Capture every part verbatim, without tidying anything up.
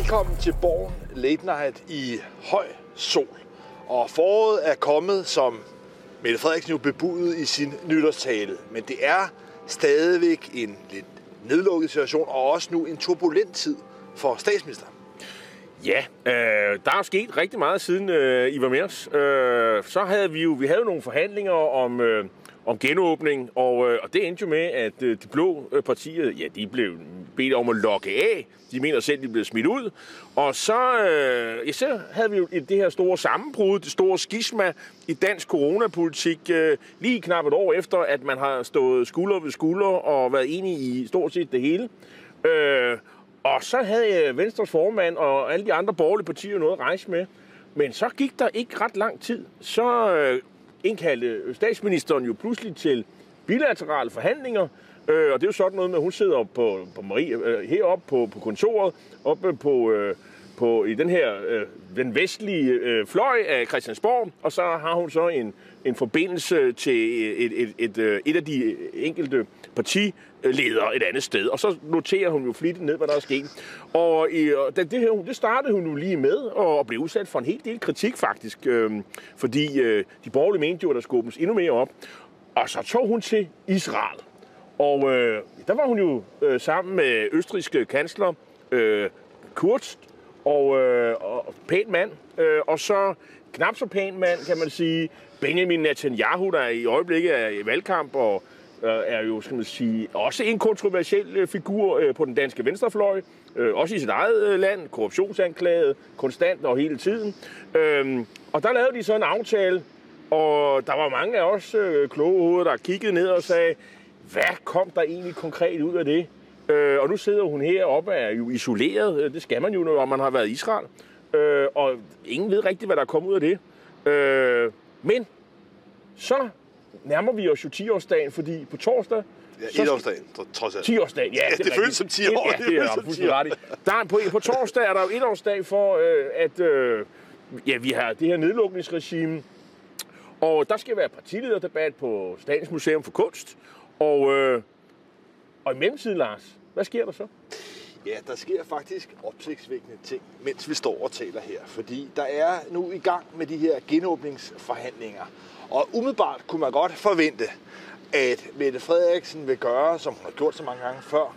Velkommen til Borgen Late Night i høj sol. Og foråret er kommet, som Mette Frederiksen jo bebudede i sin nytårstale. Men det er stadigvæk en lidt nedlukket situation, og også nu en turbulent tid for statsministeren. Ja, øh, der er sket rigtig meget siden øh, I var med os. Øh, så havde vi jo vi havde nogle forhandlinger om, øh, om genåbning, og, øh, og det endte jo med, at øh, de blå partier, ja, de blev bedt om at logge af. De mener selv, de blev smidt ud. Og så, øh, ja, så havde vi jo det her store sammenbrud, det store skisma i dansk coronapolitik, øh, lige knap et år efter, at man har stået skulder ved skulder og været enige i stort set det hele. Øh, Og så havde Venstres formand og alle de andre borgerlige partier noget at rejse med. Men så gik der ikke ret lang tid. Så øh, indkaldte statsministeren jo pludselig til bilaterale forhandlinger. Øh, og det er jo sådan noget med, at hun sidder på, på Marie, øh, heroppe på, på kontoret, oppe på, øh, på, i den her øh, den vestlige øh, fløj af Christiansborg. Og så har hun så en, en forbindelse til et, et, et, et, et af de enkelte partiledere et andet sted. Og så noterer hun jo flittigt ned, hvad der er sket. Og i, det, det, det startede hun jo lige med, og blev udsat for en hel del kritik faktisk. Øh, fordi øh, de borgerlige mente jo, at der skulle åbnes endnu mere op. Og så tog hun til Israel. Og øh, der var hun jo øh, sammen med østrigske kansler øh, Kurz, og, øh, og pæn mand, øh, og så knap så pæn mand, kan man sige, Benjamin Netanyahu, der i øjeblikket er i valgkamp, og øh, er jo, skal man sige, også en kontroversiel øh, figur øh, på den danske venstrefløj, øh, også i sit eget øh, land, korruptionsanklaget, konstant og hele tiden. Øh, og der lavede de så en aftale, og der var mange af os øh, kloge hoveder, der kiggede ned og sagde, hvad kom der egentlig konkret ud af det? Øh, og nu sidder hun heroppe og er jo isoleret. Det skal man jo, når man har været i Israel. Øh, og ingen ved rigtigt, hvad der kom ud af det. Øh, men så nærmer vi os jo ti-årsdagen, fordi på torsdag... Ja, et-årsdagen, trods alt. ti-årsdagen, ja. ja det, det føles som ti år. Ja, det er der fuldstændig ret i. Der, på, på torsdag er der jo et-årsdag for, øh, at øh, ja, vi har det her nedlukningsregime. Og der skal være partilederdebat på Statens Museum for Kunst. Og, øh, og i mellemtiden, Lars, hvad sker der så? Ja, der sker faktisk opsigtsvækkende ting, mens vi står og taler her. Fordi der er nu i gang med de her genåbningsforhandlinger. Og umiddelbart kunne man godt forvente, at Mette Frederiksen vil gøre, som hun har gjort så mange gange før,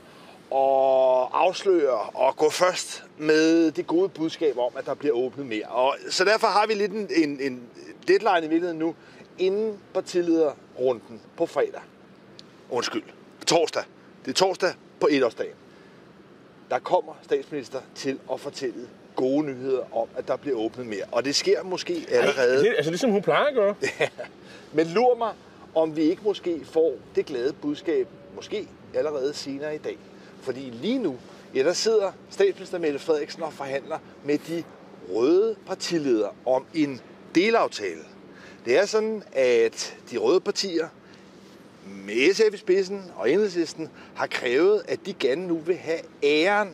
og afsløre og gå først med det gode budskab om, at der bliver åbnet mere. Og så derfor har vi lidt en, en, en deadline i virkeligheden nu, inden partilederrunden på fredag. Undskyld, torsdag. Det er torsdag på etårsdagen. Der kommer statsminister til at fortælle gode nyheder om, at der bliver åbnet mere. Og det sker måske allerede... Ej, det, altså ligesom hun plejer at gøre. Ja, men lur mig, om vi ikke måske får det glade budskab, måske allerede senere i dag. Fordi lige nu, ja, der sidder statsminister Mette Frederiksen og forhandler med de røde partiledere om en delaftale. Det er sådan, at de røde partier med S F i spidsen og Enhedslisten har krævet, at de gerne nu vil have æren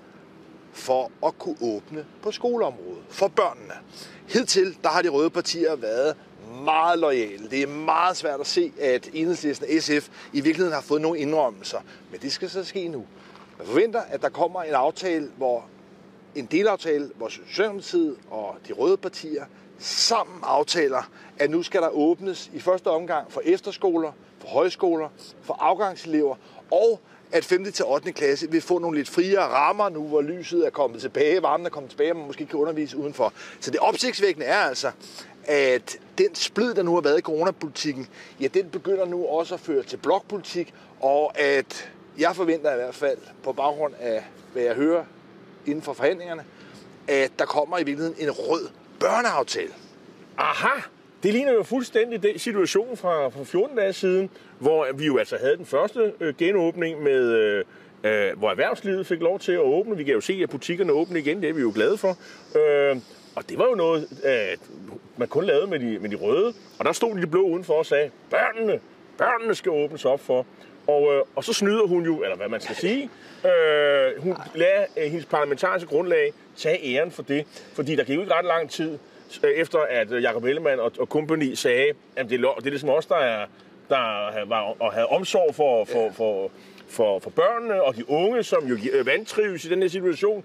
for at kunne åbne på skoleområdet for børnene. Hidtil, der har de røde partier været meget loyale. Det er meget svært at se, at Enhedslisten og S F i virkeligheden har fået nogle indrømmelser. Men det skal så ske nu. Man forventer, at der kommer en aftale, hvor en delaftale, hvor Socialdemokratiet og de røde partier sammen aftaler, at nu skal der åbnes i første omgang for efterskoler, for højskoler, for afgangselever, og at femte til ottende klasse vil få nogle lidt friere rammer nu, hvor lyset er kommet tilbage, varmen er kommet tilbage, og man måske kan undervise udenfor. Så det opsigtsvækkende er altså, at den splid, der nu har været i coronapolitikken, ja, den begynder nu også at føre til blokpolitik, og at jeg forventer i hvert fald, på baggrund af, hvad jeg hører inden for forhandlingerne, at der kommer i virkeligheden en rød børneaftale. Aha! Det ligner jo fuldstændig den situation fra, fra fjorten dage siden, hvor vi jo altså havde den første øh, genåbning, med, øh, øh, hvor erhvervslivet fik lov til at åbne. Vi kan jo se, at butikkerne åbner igen, det er vi jo glade for. Øh, og det var jo noget, øh, man kun lavede med de, med de røde. Og der stod de blå udenfor og sagde, børnene, børnene skal åbnes op for. Og, øh, og så snyder hun jo, eller hvad man skal sige, øh, hun lader øh, hendes parlamentariske grundlag tage æren for det. Fordi der gik jo ikke ret lang tid, efter at Jakob Ellemann og, og company sagde, at det, det er ligesom os, der, er, der var, og havde omsorg for, for, for, for, for børnene og de unge, som jo vantrives i den her situation.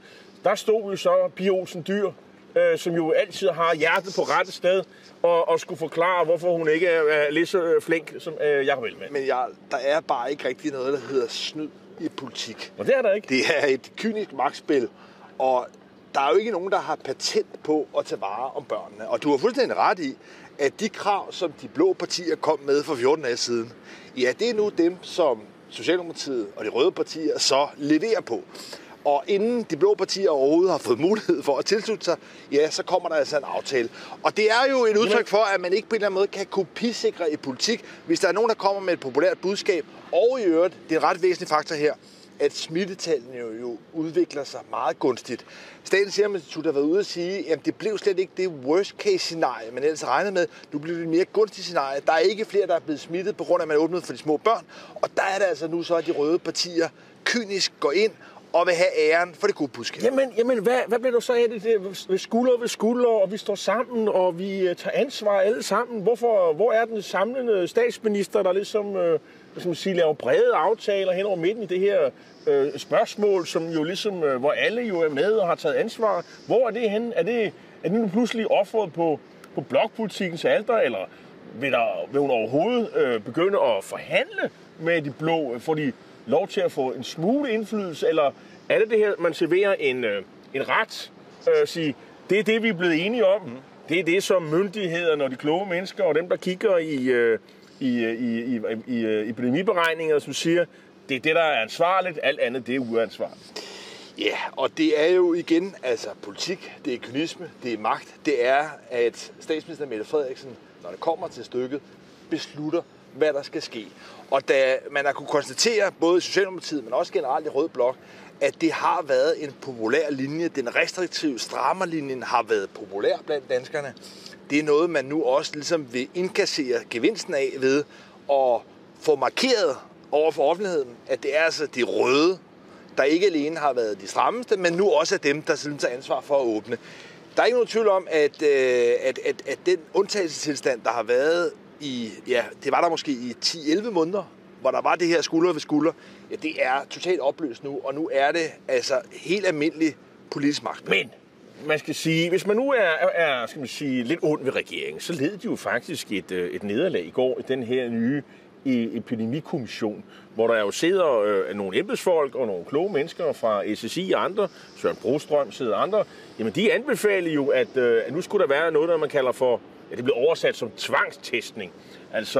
der stod jo så Pia Olsen Dyhr, øh, som jo altid har hjertet på rette sted, og, og skulle forklare, hvorfor hun ikke er, er lige så flink som øh, Jakob Ellemann. Men jeg, der er bare ikke rigtig noget, der hedder snyd i politik. Og det er der ikke. Det er et kynisk magtspil, og der er jo ikke nogen, der har patent på at tage vare om børnene. Og du har fuldstændig ret i, at de krav, som de blå partier kom med for fjorten dage siden, ja, det er nu dem, som Socialdemokratiet og de røde partier så leverer på. Og inden de blå partier overhovedet har fået mulighed for at tilslutte sig, ja, så kommer der altså en aftale. Og det er jo et udtryk for, at man ikke på en eller anden måde kan kopisikre i politik, hvis der er nogen, der kommer med et populært budskab. Og i øvrigt, det er en ret væsentlig faktor her, at smittetallene jo, jo udvikler sig meget gunstigt. Statens Serum Institut har været ude at sige, at det blev slet ikke det worst case scenarie, man ellers regnede med. Nu bliver det et mere gunstigt scenarie. Der er ikke flere, der er blevet smittet, på grund af, at man åbnede for de små børn. Og der er det altså nu så, at de røde partier kynisk går ind og vil have æren for det gode budskab. Jamen, jamen hvad, hvad bliver du så af det? det ved skulder ved skulder, og vi står sammen, og vi tager ansvar alle sammen. Hvorfor, hvor er den samlende statsminister, der ligesom øh, som siger, laver brede aftaler hen over midten i det her øh, spørgsmål, som jo ligesom, øh, hvor alle jo er med og har taget ansvar? Hvor er det henne? Er det, er det nu pludselig offeret på, på blokpolitikkens alter, eller vil, der, vil hun overhovedet øh, begynde at forhandle med de blå? Får de lov til at få en smule indflydelse, eller er det det her, man serverer en, øh, en ret, øh, sige, det er det, vi er blevet enige om. Mm. Det er det, som myndighederne og de kloge mennesker og dem, der kigger i, øh, i, i, i, i, i epidemiberegninger, som siger, det er det, der er ansvarligt, alt andet, det er uansvarligt. Ja, og det er jo igen, altså politik, det er kynisme, det er magt, det er, at statsminister Mette Frederiksen, når det kommer til stykket, beslutter, hvad der skal ske. Og da man har kunne konstatere, både i Socialdemokratiet, men også generelt i Rød Blok, at det har været en populær linje. Den restriktive strammerlinjen har været populær blandt danskerne. Det er noget, man nu også ligesom vil indkassere gevinsten af ved at få markeret over for offentligheden, at det er altså de røde, der ikke alene har været de strammeste, men nu også er dem, der synes tager ansvar for at åbne. Der er ikke nogen tvivl om, at, at, at, at den undtagelsestilstand, der har været i, ja, det var der måske i ti til elleve måneder, hvor der var det her skulder ved skulder, ja, det er totalt opløst nu, og nu er det altså helt almindelig politisk magt. Men man skal sige, hvis man nu er, er skal man sige, lidt ond ved regeringen, så led de jo faktisk et, et nederlag i går i den her nye epidemikommission, hvor der jo sidder øh, nogle embedsfolk og nogle kloge mennesker fra S S I og andre, Søren Brostrøm sidder andre, jamen de anbefaler jo, at, øh, at nu skulle der være noget, der man kalder for, ja, det bliver oversat som tvangstestning. Altså,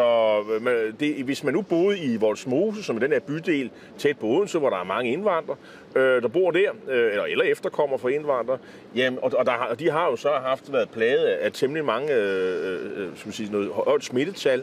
det, hvis man nu boede i Vollsmose, som er den her bydel tæt på Odense, hvor der er mange indvandrere, øh, der bor der, øh, eller, eller efterkommer fra indvandrere, jamen, og, og, der, og de har jo så haft været plaget af temmelig mange øh, øh, som siger, noget højt smittetal.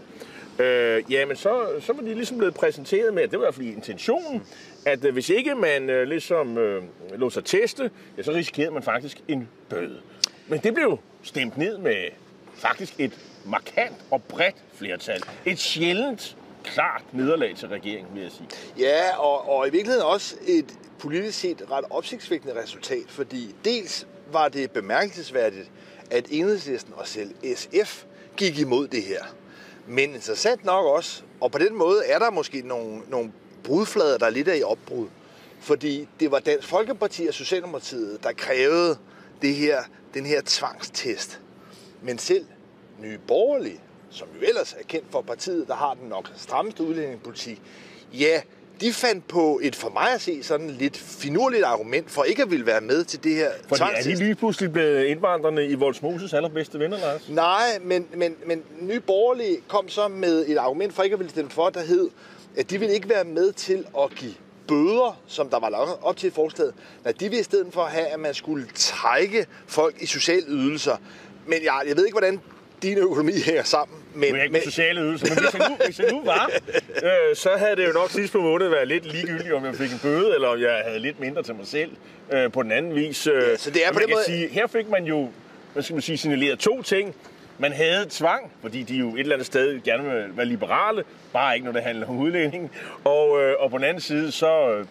Øh, jamen, så, så var de ligesom blevet præsenteret med, at det var i hvert fald intentionen, at øh, hvis ikke man øh, ligesom øh, lod sig teste, ja, så risikerede man faktisk en bøde. Men det blev stemt ned med faktisk et markant og bredt flertal. Et sjældent klart nederlag til regeringen, vil jeg sige. Ja, og, og i virkeligheden også et politisk set ret opsigtsvækkende resultat, fordi dels var det bemærkelsesværdigt, at Enhedslisten og selv S F gik imod det her. Men interessant nok også, og på den måde er der måske nogle, nogle brudflader, der er lidt af i opbrud. Fordi det var Dansk Folkeparti og Socialdemokratiet, der krævede det her, den her tvangstest. Men selv Nye Borgerlige, som jo ellers er kendt for partiet, der har den nok strammeste udlændingepolitik, ja, de fandt på et for mig at se sådan lidt finurligt argument for ikke at ville være med til det her tvangstest. Er de lige pludselig blevet indvandrerne i Vollsmoses allerbedste venner, Lars? Nej, men, men, men Nye Borgerlige kom så med et argument for ikke at ville stemme for, der hed, at de ville ikke være med til at give bøder, som der var lagt op til i forslaget. Nej, de ville i stedet for have, at man skulle trække folk i sociale ydelser. Men jeg, jeg ved ikke, hvordan din økonomi hænger sammen. Men, nu er ikke med sociale ydelser, men hvis jeg nu, hvis jeg nu var, øh, så havde det jo nok sidst på måneden været lidt ligegyldigt, om jeg fik en bøde, eller om jeg havde lidt mindre til mig selv øh, på den anden vis. Øh, ja, så det er på den måde... sige, her fik man jo, hvad skal man sige, signaleret to ting. Man havde tvang, fordi de jo et eller andet sted gerne vil være liberale, bare ikke når det handler om udlænding. Og, øh, og på den anden side, så... Øh,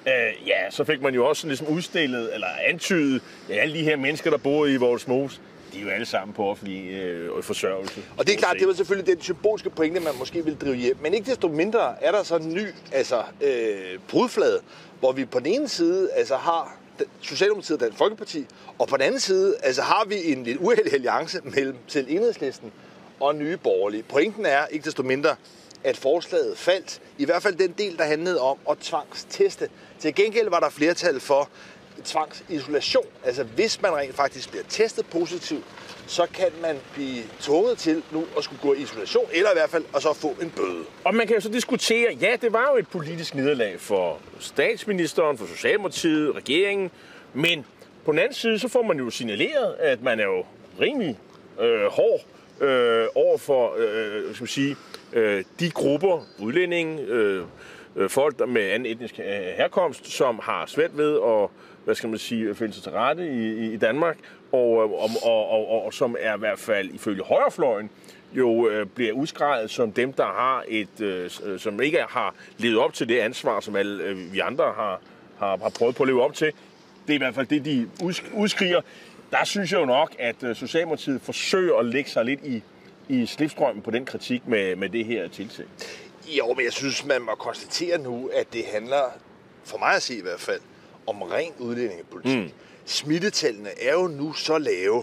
ja, så fik man jo også ligesom udstillet, eller antydet, ja, alle de her mennesker, der bor i Vollsmose, de er jo alle sammen på offentlig øh, forsørgelse. Og det er klart, det var selvfølgelig den symbolske pointe, man måske ville drive hjem. Men ikke desto mindre er der så en ny altså, øh, brudflade, hvor vi på den ene side altså, har Socialdemokratiet og Dansk Folkeparti, og på den anden side altså, har vi en lidt uheldig alliance mellem selv Enhedslisten og Nye Borgerlige. Pointen er ikke desto mindre, at forslaget faldt. I hvert fald den del, der handlede om at tvangsteste. Til gengæld var der flertal for tvangsisolation. Altså hvis man rent faktisk bliver testet positivt, så kan man blive tvunget til nu at skulle gå i isolation, eller i hvert fald at så få en bøde. Og man kan jo så diskutere, ja, det var jo et politisk nederlag for statsministeren, for Socialdemokratiet, regeringen, men på den anden side, så får man jo signaleret, at man er jo rimelig øh, hård øh, over for, øh, skal man sige, øh, de grupper, udlændinge, øh, folk med anden etnisk herkomst, som har svært ved at, hvad skal man sige, finde sig til rette i, i Danmark, og, og, og, og, og som er i hvert fald ifølge højrefløjen jo øh, bliver udskreget som dem, der har et, øh, som ikke har levet op til det ansvar, som alle øh, vi andre har, har, har prøvet på at leve op til. Det er i hvert fald det, de udskriger. Der synes jeg jo nok, at Socialdemokratiet forsøger at lægge sig lidt i, i slipstrømmen på den kritik med, med det her tiltag. Jo, men jeg synes, man må konstatere nu, at det handler, for mig at se i hvert fald, om ren udlændingepolitik. Mm. Smittetallene er jo nu så lave,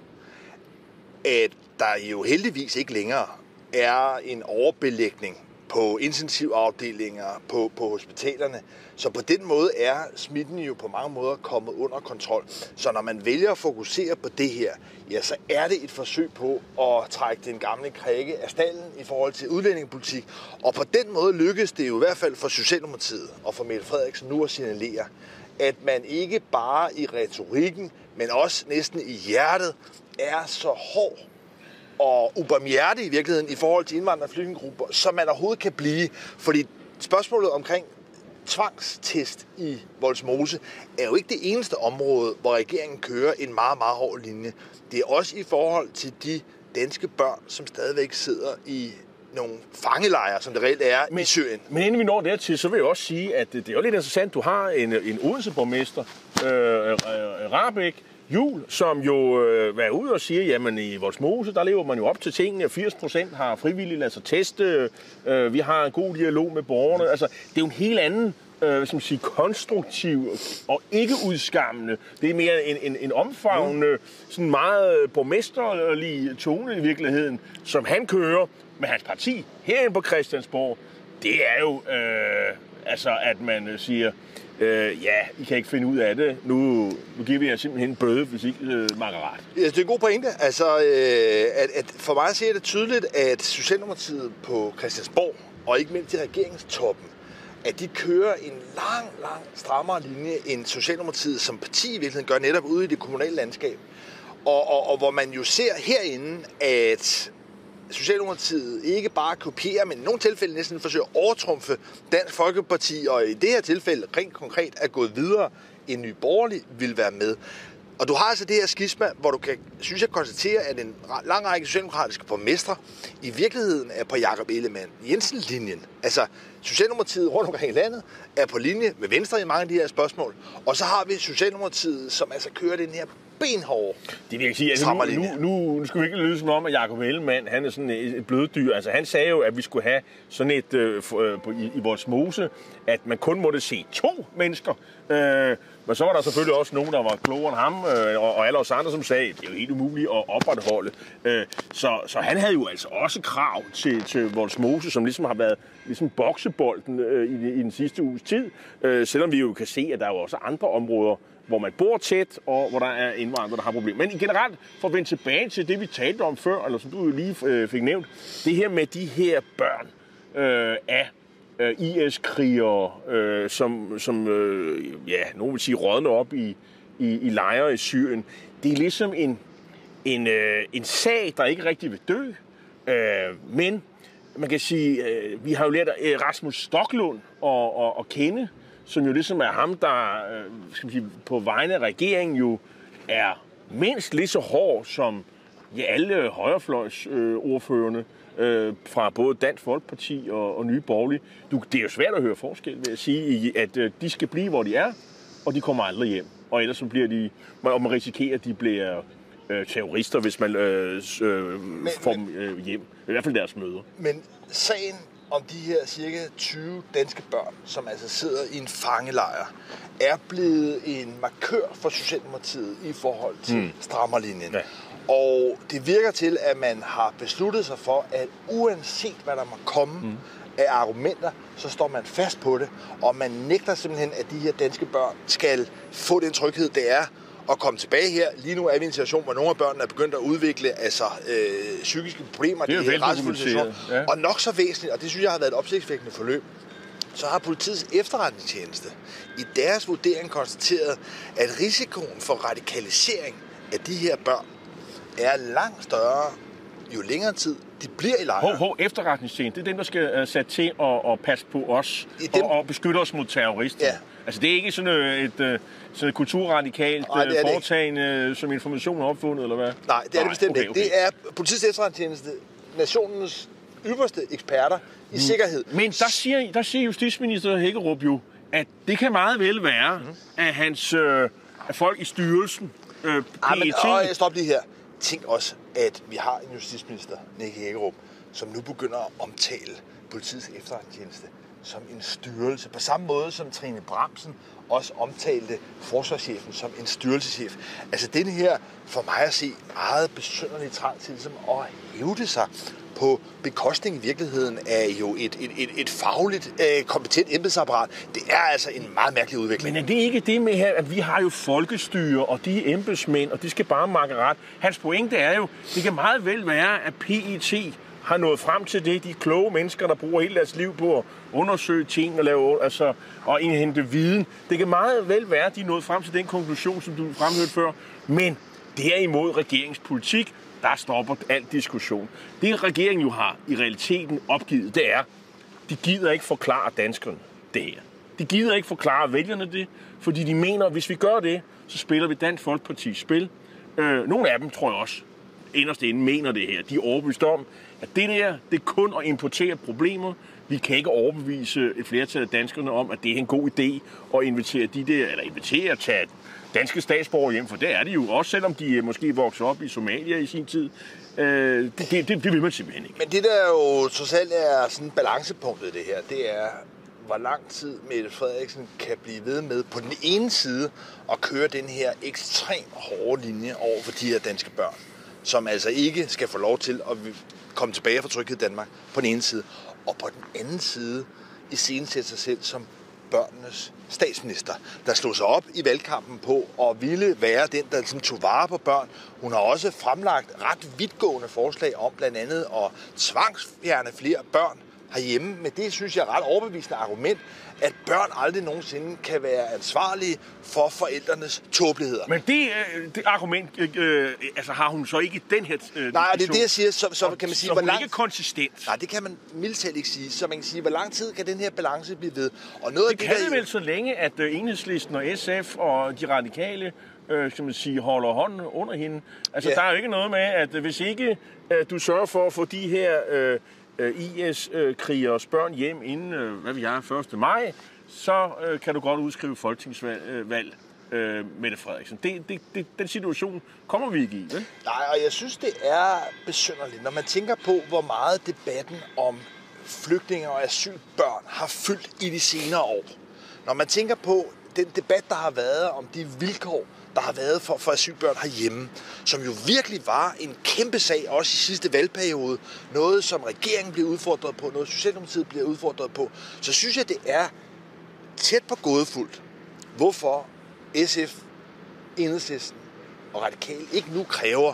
at der jo heldigvis ikke længere er en overbelægning på intensivafdelinger, på, på hospitalerne. Så på den måde er smitten jo på mange måder kommet under kontrol. Så når man vælger at fokusere på det her, ja, så er det et forsøg på at trække den gamle krikke af stalden i forhold til udlændingepolitik. Og på den måde lykkes det jo i hvert fald for Socialdemokratiet og for Mette Frederiksen nu at signalere, at man ikke bare i retorikken, men også næsten i hjertet, er så hård og ubarmhjertig i virkeligheden i forhold til indvandrere og flygtningegrupper, som man overhovedet kan blive. Fordi spørgsmålet omkring tvangstest i Vollsmose er jo ikke det eneste område, hvor regeringen kører en meget, meget hård linje. Det er også i forhold til de danske børn, som stadigvæk sidder i nogle fangelejre, som det reelt er men, i Syrien. Men inden vi når dertil, så vil jeg også sige, at det er jo lidt interessant, du har en, en Odense-borgmester, øh, øh, Rahbek Juhl, som jo øh, var ude og siger, jamen i Vollsmose, der lever man jo op til tingene, firs procent har frivilligt ladet sig teste, øh, vi har en god dialog med borgerne. Altså, det er jo en helt anden, øh, som siger, konstruktiv og ikke udskammende. Det er mere en, en, en omfavnende, sådan meget borgmesterlig tone i virkeligheden, som han kører med hans parti herinde på Christiansborg. Det er jo, øh, altså, at man siger, Øh, ja, I kan ikke finde ud af det. Nu, nu giver vi jer simpelthen en bøde, hvis ikke øh, makker ret. Ja, det er en god pointe. Altså, øh, at, at for mig ser det tydeligt, at Socialdemokratiet på Christiansborg, og ikke mindst i regeringstoppen, at de kører en lang, lang strammere linje, end Socialdemokratiet som parti i virkeligheden gør netop ude i det kommunale landskab. Og, og, og hvor man jo ser herinde, at Socialdemokratiet ikke bare kopierer, men i nogle tilfælde næsten forsøger at overtrumfe Dansk Folkeparti, og i det her tilfælde rent konkret er gået videre, end Nye Borgerlige vil være med. Og du har altså det her skisma, hvor du kan, synes jeg, konstatere, at en lang række socialdemokratiske borgmestre i virkeligheden er på Jakob Ellemann-Jensen-linjen. Altså, Socialdemokratiet rundt omkring i landet er på linje med Venstre i mange af de her spørgsmål. Og så har vi Socialdemokratiet, som altså kører den her benhårde. Det vil jeg sige, altså nu, nu, nu, nu skal vi ikke lyde som om, at Jakob Ellemann, han er sådan et bløddyr. Altså han sagde jo, at vi skulle have sådan et øh, øh, i, i Vollsmose, at man kun måtte se to mennesker. Øh, men så var der selvfølgelig også nogen, der var klogere end ham, øh, og, og alle os andre, som sagde, at det er jo helt umuligt at opretholde. Øh, så, så han havde jo altså også krav til, til Vollsmose, som ligesom har været ligesom boksebolden øh, i, i den sidste uges tid. Øh, selvom vi jo kan se, at der er jo også andre områder, hvor man bor tæt, og hvor der er indvandrere, der har problemer. Men generelt, for at vende tilbage til det, vi talte om før, eller som du jo lige øh, fik nævnt, det her med de her børn øh, af øh, I S-krigere, øh, som, som øh, ja, nogen vil sige, rådne op i, i, i lejre i Syrien. Det er ligesom en, en, øh, en sag, der ikke rigtig vil dø, øh, men man kan sige, øh, vi har jo lært øh, Rasmus Stoklund at, at, at kende, som jo ligesom er ham, der øh, skal man sige, på vegne af regeringen jo er mindst lige så hård som ja, alle højrefløjsordførerne øh, fra både Dansk Folkeparti og, og Nye Borgerlige. Du, det er jo svært at høre forskel, vil jeg sige, at øh, de skal blive, hvor de er, og de kommer aldrig hjem. Og ellers så bliver de, og man risikerer, at de bliver øh, terrorister, hvis man øh, øh, men, får dem øh, hjem. I hvert fald deres møder. Men sagen om de her cirka tyve danske børn, som altså sidder i en fangelejr, er blevet en markør for Socialdemokratiet i forhold til mm. strammerlinjen. Ja. Og det virker til, at man har besluttet sig for, at uanset hvad der må komme mm. af argumenter, så står man fast på det, og man nægter simpelthen, at de her danske børn skal få den tryghed, det er at komme tilbage her. Lige nu er vi i en situation, hvor nogle af børnene er begyndt at udvikle altså, øh, psykiske problemer. Det er jo veldokumenteret. Ja. Og nok så væsentligt, og det synes jeg har været et opsigtsvækkende forløb, så har politiets efterretningstjeneste i deres vurdering konstateret, at risikoen for radikalisering af de her børn er langt større, jo længere tid de bliver i lejre. Hov, hov, efterretningstjeneste, det er dem, der skal uh, sætte til at, at passe på os dem... og, og beskytte os mod terrorister. Ja. Altså, det er ikke sådan et, et, sådan et kulturradikalt Nej, det foretagende, som Information er opfundet, eller hvad? Nej, det er Nej, det bestemt okay, ikke. Okay. Det er politiets efterretningstjeneste, nationens ypperste eksperter i mm. sikkerhed. Men der siger, der siger justitsminister Hækkerup jo, at det kan meget vel være, mm. at hans øh, at folk i styrelsen, øh, P E T... Ej, men, stop lige her. Tænk også, at vi har en justitsminister, Nick Hækkerup, som nu begynder at omtale politiets efterretningstjeneste som en styrelse. På samme måde som Trine Bramsen også omtalte forsvarschefen som en styrelseschef. Altså den her, for mig at se, meget besynderlige trang til ligesom at hævde sig på bekostning i virkeligheden af jo et, et, et, et fagligt øh, kompetent embedsapparat. Det er altså en meget mærkelig udvikling. Men er det ikke det med her, at vi har jo folkestyre, og de er embedsmænd, og de skal bare makke ret. Hans pointe er jo, det kan meget vel være, at P E T har nået frem til det. De kloge mennesker, der bruger hele deres liv på at undersøge ting og, lave, altså, og indhente viden. Det kan meget vel være, at de er nået frem til den konklusion, som du fremhørte før. Men det er imod regeringspolitik. Der stopper al diskussion. Det regeringen jo har i realiteten opgivet, det er, de gider ikke forklare danskerne det her. De gider ikke forklare vælgerne det, fordi de mener, at hvis vi gør det, så spiller vi Dansk Folkepartis spil. Øh, nogle af dem, tror jeg også, inderst inde mener det her. De er overbevist om, at det der, det er kun at importere problemer. Vi kan ikke overbevise et flertal af danskerne om, at det er en god idé at invitere de der, eller invitere at tage danske statsborgere hjem, for det er de jo også, selvom de måske vokser op i Somalia i sin tid. Øh, det, det, det vil man simpelthen ikke. Men det der jo trods alt er sådan balancepunktet det her, det er, hvor lang tid Mette Frederiksen kan blive ved med på den ene side at køre den her ekstremt hårde linje over for de her danske børn, som altså ikke skal få lov til at komme tilbage fra tryghed i Danmark på den ene side, og på den anden side iscenesætte sig selv som børnenes statsminister, der slog sig op i valgkampen på og ville være den, der ligesom tog vare på børn. Hun har også fremlagt ret vidtgående forslag om blandt andet at tvangsfjerne flere børn herhjemme, men det synes jeg er ret overbevisende argument, at børn aldrig nogensinde kan være ansvarlige for forældrenes tåbeligheder. Men det, det argument øh, altså har hun så ikke den her øh, Nej, det er det, jeg siger. Så, så kan man sige, så hvor hun lang... ikke konsistent. Nej, det kan man mildt talt ikke sige. Så man kan sige, hvor lang tid kan den her balance blive ved? Og noget det, det kan det der... vel så længe, at øh, Enhedslisten og S F og de radikale øh, skal man sige, holder hånden under hende. Altså, ja. Der er jo ikke noget med, at øh, hvis ikke øh, du sørger for at få de her øh, I S-krigers børn hjem inden, øh, hvad vi har, første maj, så øh, kan du godt udskrive folketingsvalg, øh, valg, øh, Mette Frederiksen. Det, det, det, den situation kommer vi ikke i, vel? Nej, og jeg synes, det er besynderligt, når man tænker på, hvor meget debatten om flygtninge og asylbørn har fyldt i de senere år. Når man tænker på den debat, der har været om de vilkår, der har været for, for asylbørn herhjemme, som jo virkelig var en kæmpe sag, også i sidste valgperiode. Noget, som regeringen blev udfordret på, noget Socialdemokratiet blev udfordret på. Så synes jeg, det er tæt på gådefuldt, hvorfor S F, Enhedslisten og Radikale ikke nu kræver,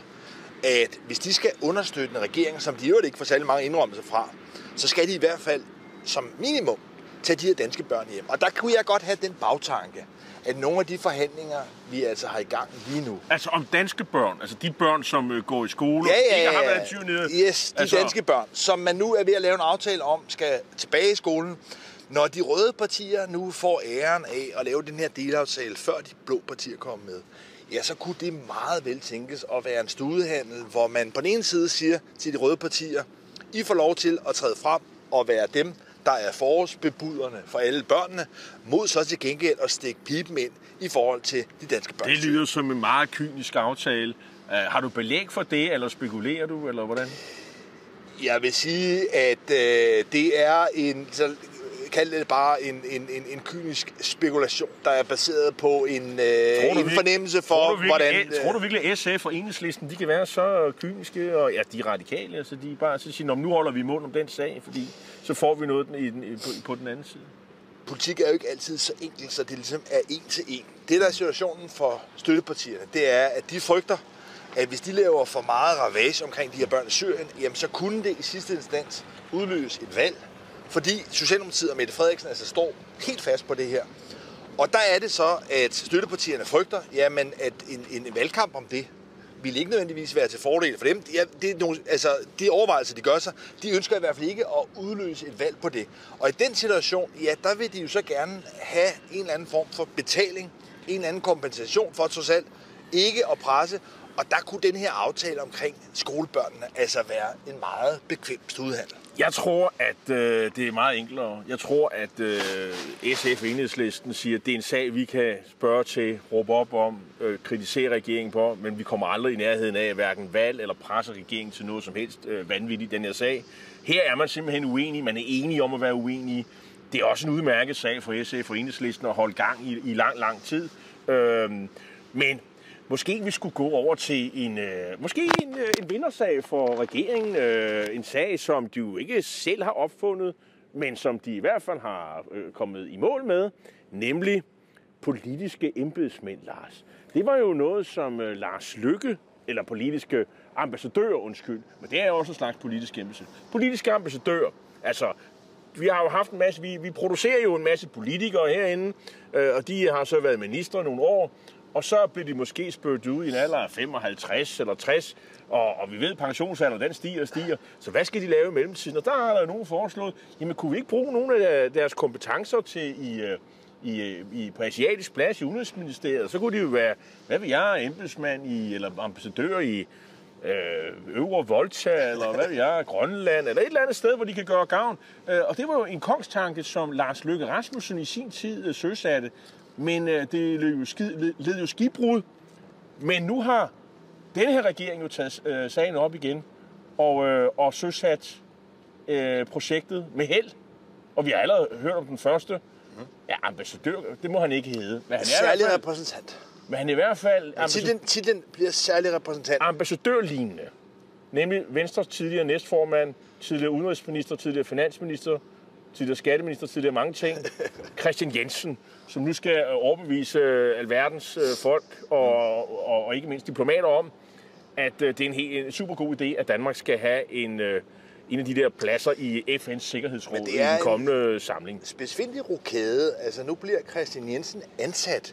at hvis de skal understøtte en regering, som de jo ikke får særlig mange indrømmelser fra, så skal de i hvert fald som minimum tage de her danske børn hjem. Og der kunne jeg godt have den bagtanke, at nogle af de forhandlinger, vi altså har i gang lige nu... Altså om danske børn, altså de børn, som øh, går i skole, ja, ja, ikke har været tyve nede... Yes, de altså... danske børn, som man nu er ved at lave en aftale om, skal tilbage i skolen. Når de røde partier nu får æren af at lave den her delaftale, før de blå partier kommer med, ja, så kunne det meget vel tænkes at være en studehandel, hvor man på den ene side siger til de røde partier, I får lov til at træde frem og være dem, der er forårsbebuderne for alle børnene, mod så til gengæld at stikke pipen ind i forhold til de danske børn. Det lyder som en meget kynisk aftale. Uh, har du belæg for det, eller spekulerer du, eller hvordan? Jeg vil sige, at øh, det er en, så kald det bare en, en, en, en kynisk spekulation, der er baseret på en, øh, en fornemmelse for, tror virkelig, hvordan... Øh, tror du virkelig, at S F og Enhedslisten, de kan være så kyniske, og ja, de er radikale, altså de bare så siger, nu holder vi mund om den sag, fordi så får vi noget i den, i, på, på den anden side? Politik er jo ikke altid så enkelt, så det ligesom er en til en. Det, der er situationen for støttepartierne, det er, at de frygter, at hvis de laver for meget ravage omkring de her børn i Syrien, jamen så kunne det i sidste instans udløse et valg, fordi Socialdemokratiet og Mette Frederiksen altså står helt fast på det her. Og der er det så, at støttepartierne frygter, jamen, at en, en valgkamp om det vil ikke nødvendigvis være til fordel for dem. Ja, det er nogle, altså, de overvejelser, de gør sig, de ønsker i hvert fald ikke at udløse et valg på det. Og i den situation, ja, der vil de jo så gerne have en eller anden form for betaling, en eller anden kompensation for trods alt ikke at presse. Og der kunne den her aftale omkring skolebørnene altså være en meget bekvem studehandel. Jeg tror, at øh, det er meget enklere. Jeg tror, at øh, S F og Enhedslisten siger, at det er en sag, vi kan spørge til, råbe op om, øh, kritisere regeringen på, men vi kommer aldrig i nærheden af hverken valg eller presse regeringen til noget som helst øh, vanvittigt i den her sag. Her er man simpelthen uenig. Man er enige om at være uenige. Det er også en udmærket sag for S F og Enhedslisten at holde gang i, i lang, lang tid. Øh, men måske vi skulle gå over til en, øh, måske en, øh, en vindersag for regeringen. Øh, en sag, som de jo ikke selv har opfundet, men som de i hvert fald har øh, kommet i mål med, nemlig politiske embedsmænd, Lars. Det var jo noget, som øh, Lars Løkke, eller politiske ambassadører, undskyld, men det er jo også en slags politisk embedsmænd. Politiske ambassadører, altså vi har jo haft en masse, vi, vi producerer jo en masse politikere herinde, øh, og de har så været ministre nogle år, og så bliver de måske spurgt ud i en alder af femoghalvtreds eller tres, og, og vi ved, at pensionsalderen den stiger og stiger. Så hvad skal de lave i mellemtiden? Og der er der nogen foreslået, jamen kunne vi ikke bruge nogle af deres kompetencer til i, i, i, på asiatisk plads i Udenrigsministeriet? Så kunne de jo være, hvad ved jeg, embedsmand i, eller ambassadør i øh, Øvre Volta, eller hvad ved jeg, Grønland, eller et eller andet sted, hvor de kan gøre gavn. Og det var jo en kongstanke, som Lars Løkke Rasmussen i sin tid søsatte. Men øh, det led jo, skid, led, led jo skibbrud. Men nu har denne her regering jo taget øh, sagen op igen og, øh, og søsat øh, projektet med held. Og vi har allerede hørt om den første. Mm. Ja, ambassadør, det må han ikke hedde. Men han er særlig fald, repræsentant. Men han er i hvert fald... Titlen, titlen bliver særlig repræsentant. Ambassadørlignende. Nemlig Venstres tidligere næstformand, tidligere udenrigsminister, tidligere finansminister, tidligere skatteminister, tidligere mange ting. Kristian Jensen, som nu skal overbevise alverdens folk og, og, og ikke mindst diplomater om, at det er en, helt, en super god idé, at Danmark skal have en, en af de der pladser i F N's Sikkerhedsråd i den kommende en samling. Specifikt rokade. Altså nu bliver Kristian Jensen ansat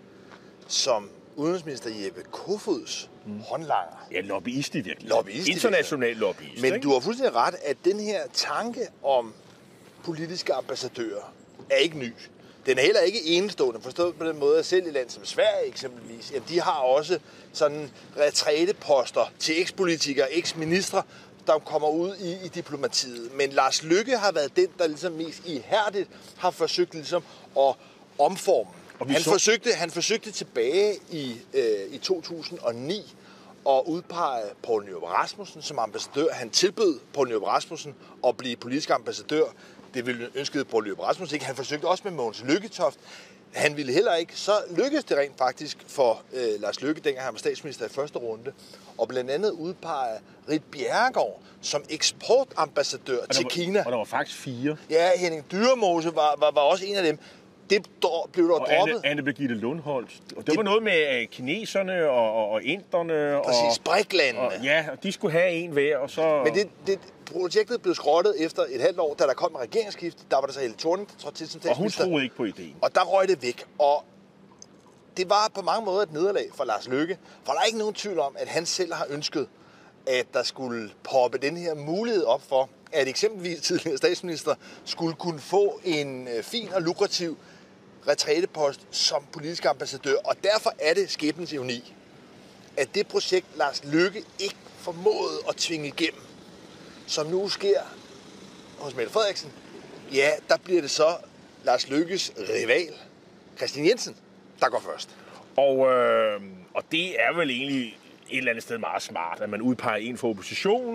som udenrigsminister Jeppe Kofods mm. håndlanger. Ja, lobbyist i virkeligheden. Lobbyist International lobbyist. Men ikke? du har fuldstændig ret, at den her tanke om politiske ambassadører er ikke ny. Den er heller ikke enestående, forstået på den måde, at selv i land som Sverige eksempelvis, ja, de har også sådan retræteposter til ekspolitikere, eksministre, der kommer ud i, i diplomatiet. Men Lars Løkke har været den, der ligesom mest ihærdigt har forsøgt ligesom at omforme. Han, så... forsøgte, han forsøgte tilbage i, øh, i to tusind og ni at udpege Poul Nyrup Rasmussen som ambassadør. Han tilbød Poul Nyrup Rasmussen at blive politisk ambassadør. Det ville ønskede Poul Nyrup Rasmussen ikke. Han forsøgte også med Mogens Lykketoft. Han ville heller ikke. Så lykkedes det rent faktisk for øh, Lars Løkke, dengang han var statsminister i første runde, og blandt andet udpege Ritt Bjerregaard som eksportambassadør til var, Kina. Og der var faktisk fire. Ja, Henning Dyremose var, var, var også en af dem. Det blev der og droppet. Og Anne Birgitte Lundholdt. Og det, det var noget med kineserne og, og, og inderne. Præcis, BRIC-landene. Og, ja, og de skulle have en hver, og så... Men det, det, projektet blev skrottet efter et halvt år, da der kom en regeringsskift. Der var der så Helle Thorning, der trådte til som statsminister. Og hun troede ikke på ideen. Og der røg det væk. Og det var på mange måder et nederlag for Lars Løkke. For der er ikke nogen tvivl om, at han selv har ønsket, at der skulle poppe den her mulighed op for, at eksempelvis tidligere statsminister skulle kunne få en fin og lukrativ retrætepost som politisk ambassadør. Og derfor er det skæbnens ironi, at det projekt, Lars Løkke ikke formåede at tvinge igennem, som nu sker hos Mette Frederiksen, ja, der bliver det så Lars Løkkes rival, Kristian Jensen, der går først. Og, øh, og det er vel egentlig et eller andet sted meget smart, at man udpeger en for oppositionen,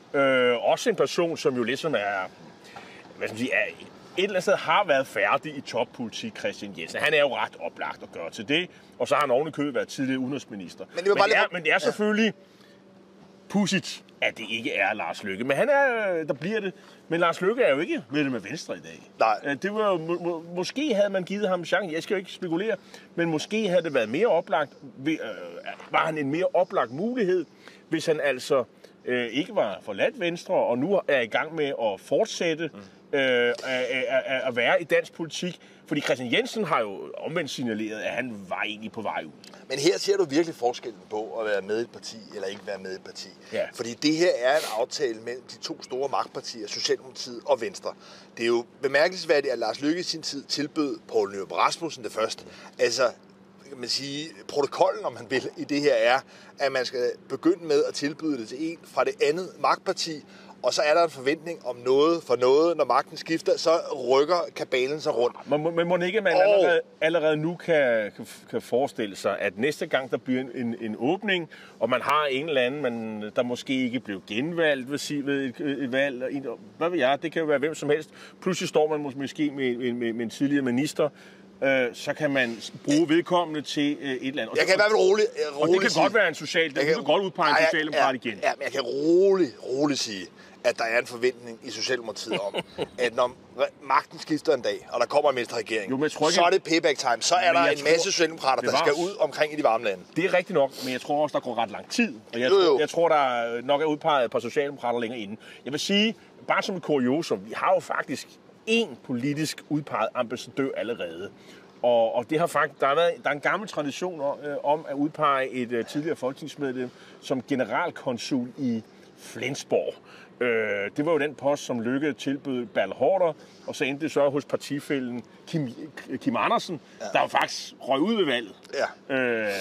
Øh, også en person, som jo ligesom er, hvad skal man sige, er et eller andet sted har været færdig i toppolitik, Kristian Jensen. Han er jo ret oplagt at gøre til det, og så har han ovenikøbet været tidligere udenrigsminister. Men det, men det, er, men det er selvfølgelig ja. pudsigt, at det ikke er Lars Løkke. Men han er, der bliver det. Men Lars Løkke er jo ikke medlem af Venstre i dag. Nej. Det var, må, må, måske havde man givet ham chancen. Jeg skal jo ikke spekulere, men måske havde det været mere oplagt. Øh, var han en mere oplagt mulighed, hvis han altså øh, ikke var forladt Venstre, og nu er i gang med at fortsætte mm. øh, at, at, at være i dansk politik. Fordi Kristian Jensen har jo omvendt signaleret, at han var egentlig på vej ud. Men her ser du virkelig forskellen på at være med i et parti eller ikke være med i et parti. Ja. Fordi det her er en aftale mellem de to store magtpartier, Socialdemokratiet og Venstre. Det er jo bemærkelsesværdigt, at Lars Løkke i sin tid tilbød Poul Nyrup Rasmussen det første. Altså, kan man sige, protokollen, om man vil, i det her er, at man skal begynde med at tilbyde det til en fra det andet magtparti, og så er der en forventning om noget for noget. Når magten skifter, så rykker kabalen sig rundt. Men, men må ikke man og... allerede, allerede nu kan, kan, kan forestille sig, at næste gang der bliver en, en åbning, og man har en eller anden, man, der måske ikke blev genvalgt ved, ved et, et valg, hvad ved jeg, det kan jo være hvem som helst. Pludselig står man måske med, med, med, med en tidligere minister, øh, så kan man bruge vedkommende til øh, et eller andet. Og jeg kan i hvert fald roligt, roligt Og det kan sige, godt være en social, det kan godt udpege en socialdemokrat igen. Ja, men jeg kan roligt, roligt sige, at der er en forventning i Socialdemokratiet om, at når magten skifter en dag, og der kommer en mesterregering, jo, ikke... så er det payback time. Så er der en tror... masse socialdemokrater, der skal ud omkring i de varme lande. Det er rigtigt nok, men jeg tror også, der går ret lang tid. Og jeg, jo, jo. Tror, jeg tror, der nok er udpeget et par socialdemokrater længere inden. Jeg vil sige, bare som et kuriosum, vi har jo faktisk én politisk udpeget ambassadør allerede. Og, og det har faktisk, der, har været, der er en gammel tradition om, øh, om at udpege et øh, tidligere folketingsmedlem som generalkonsul i Flensborg. Øh, det var jo den post, som Løkke tilbød Bertel Haarder, og så endte det så hos partifællen Kim, Kim Andersen, ja. der jo faktisk røg ud ved valget. Ja. Øh,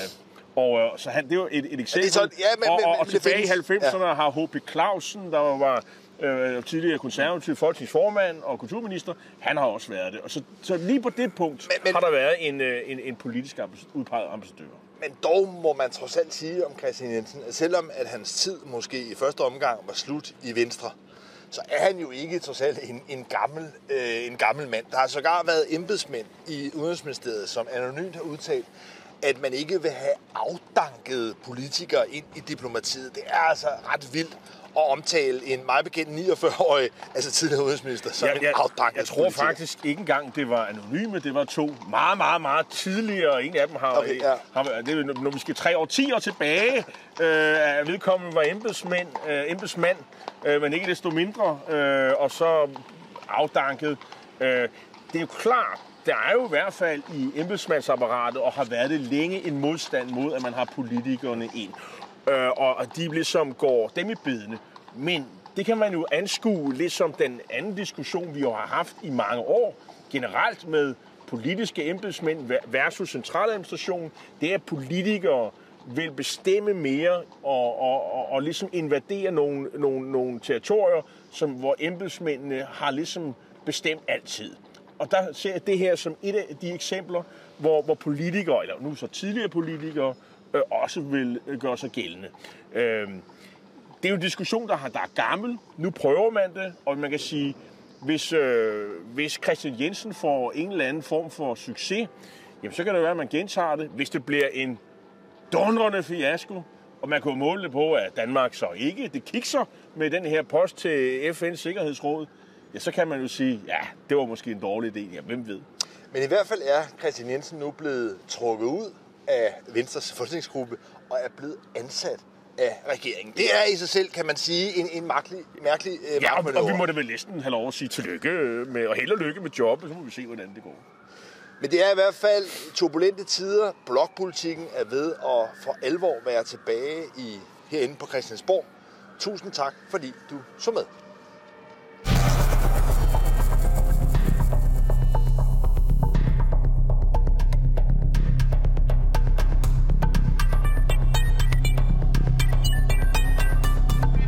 og så han, det var et, et eksempel. Så, ja, men, og, men, og, og tilbage i halvfemserne ja. har H P Clausen, der var øh, tidligere konservativ folketingsformand og kulturminister, han har også været det. Og så, så lige på det punkt men, men, har der været en, en, en politisk udpeget ambassadør. Men dog må man trods alt sige om Kristian Jensen, at selvom at hans tid måske i første omgang var slut i Venstre, så er han jo ikke trods alt en, en, gammel, øh, en gammel mand. Der har sågar været embedsmænd i Udenrigsministeriet, som anonymt har udtalt, at man ikke vil have afdankede politikere ind i diplomatiet. Det er altså ret vildt at omtale en meget bekendt niogfyrre-årig, altså tidligere udenrigsminister, som ja, en afdanket Jeg tror politiker. faktisk ikke engang, det var anonyme. Det var to meget, meget, meget tidligere, og en af dem har, okay, ja. har det er når vi skal tre årtier tilbage, øh, at vedkommende var embedsmænd, øh, embedsmand, øh, men ikke desto mindre, øh, og så afdanket. Øh, det er jo klart, der er jo i hvert fald i embedsmandsapparatet, og har været det længe, en modstand mod, at man har politikerne ind. Øh, og de ligesom går dem i bedene. Men det kan man jo anskue lidt som den anden diskussion, vi jo har haft i mange år, generelt med politiske embedsmænd versus centraladministration. Det er, at politikere vil bestemme mere og, og, og, og ligesom invadere nogle, nogle, nogle territorier, som, hvor embedsmændene har ligesom bestemt altid. Og der ser jeg det her som et af de eksempler, hvor, hvor politikere, eller nu så tidligere politikere, øh, også vil gøre sig gældende. Øh, det er jo en diskussion, der, har, der er gammel. Nu prøver man det, og man kan sige, hvis, øh, hvis Kristian Jensen får en eller anden form for succes, jamen, så kan det være, at man gentager det. Hvis det bliver en dundrende fiasko, og man kan måle det på, at Danmark så ikke det kikser med den her post til F N's Sikkerhedsråd, ja, så kan man jo sige, ja, det var måske en dårlig idé. Ja, hvem ved? Men i hvert fald er Kristian Jensen nu blevet trukket ud af Venstres folketingsgruppe og er blevet ansat af regeringen. Det er i sig selv, kan man sige, en, en mærkelig, mærkelig øh, ja, og, og vi må da vel næsten have lov at sige tillykke med, og held og lykke med jobbet, så må vi se, hvordan det går. Men det er i hvert fald turbulente tider. Blokpolitikken er ved at for alvor være tilbage i, herinde på Christiansborg. Tusind tak, fordi du så med.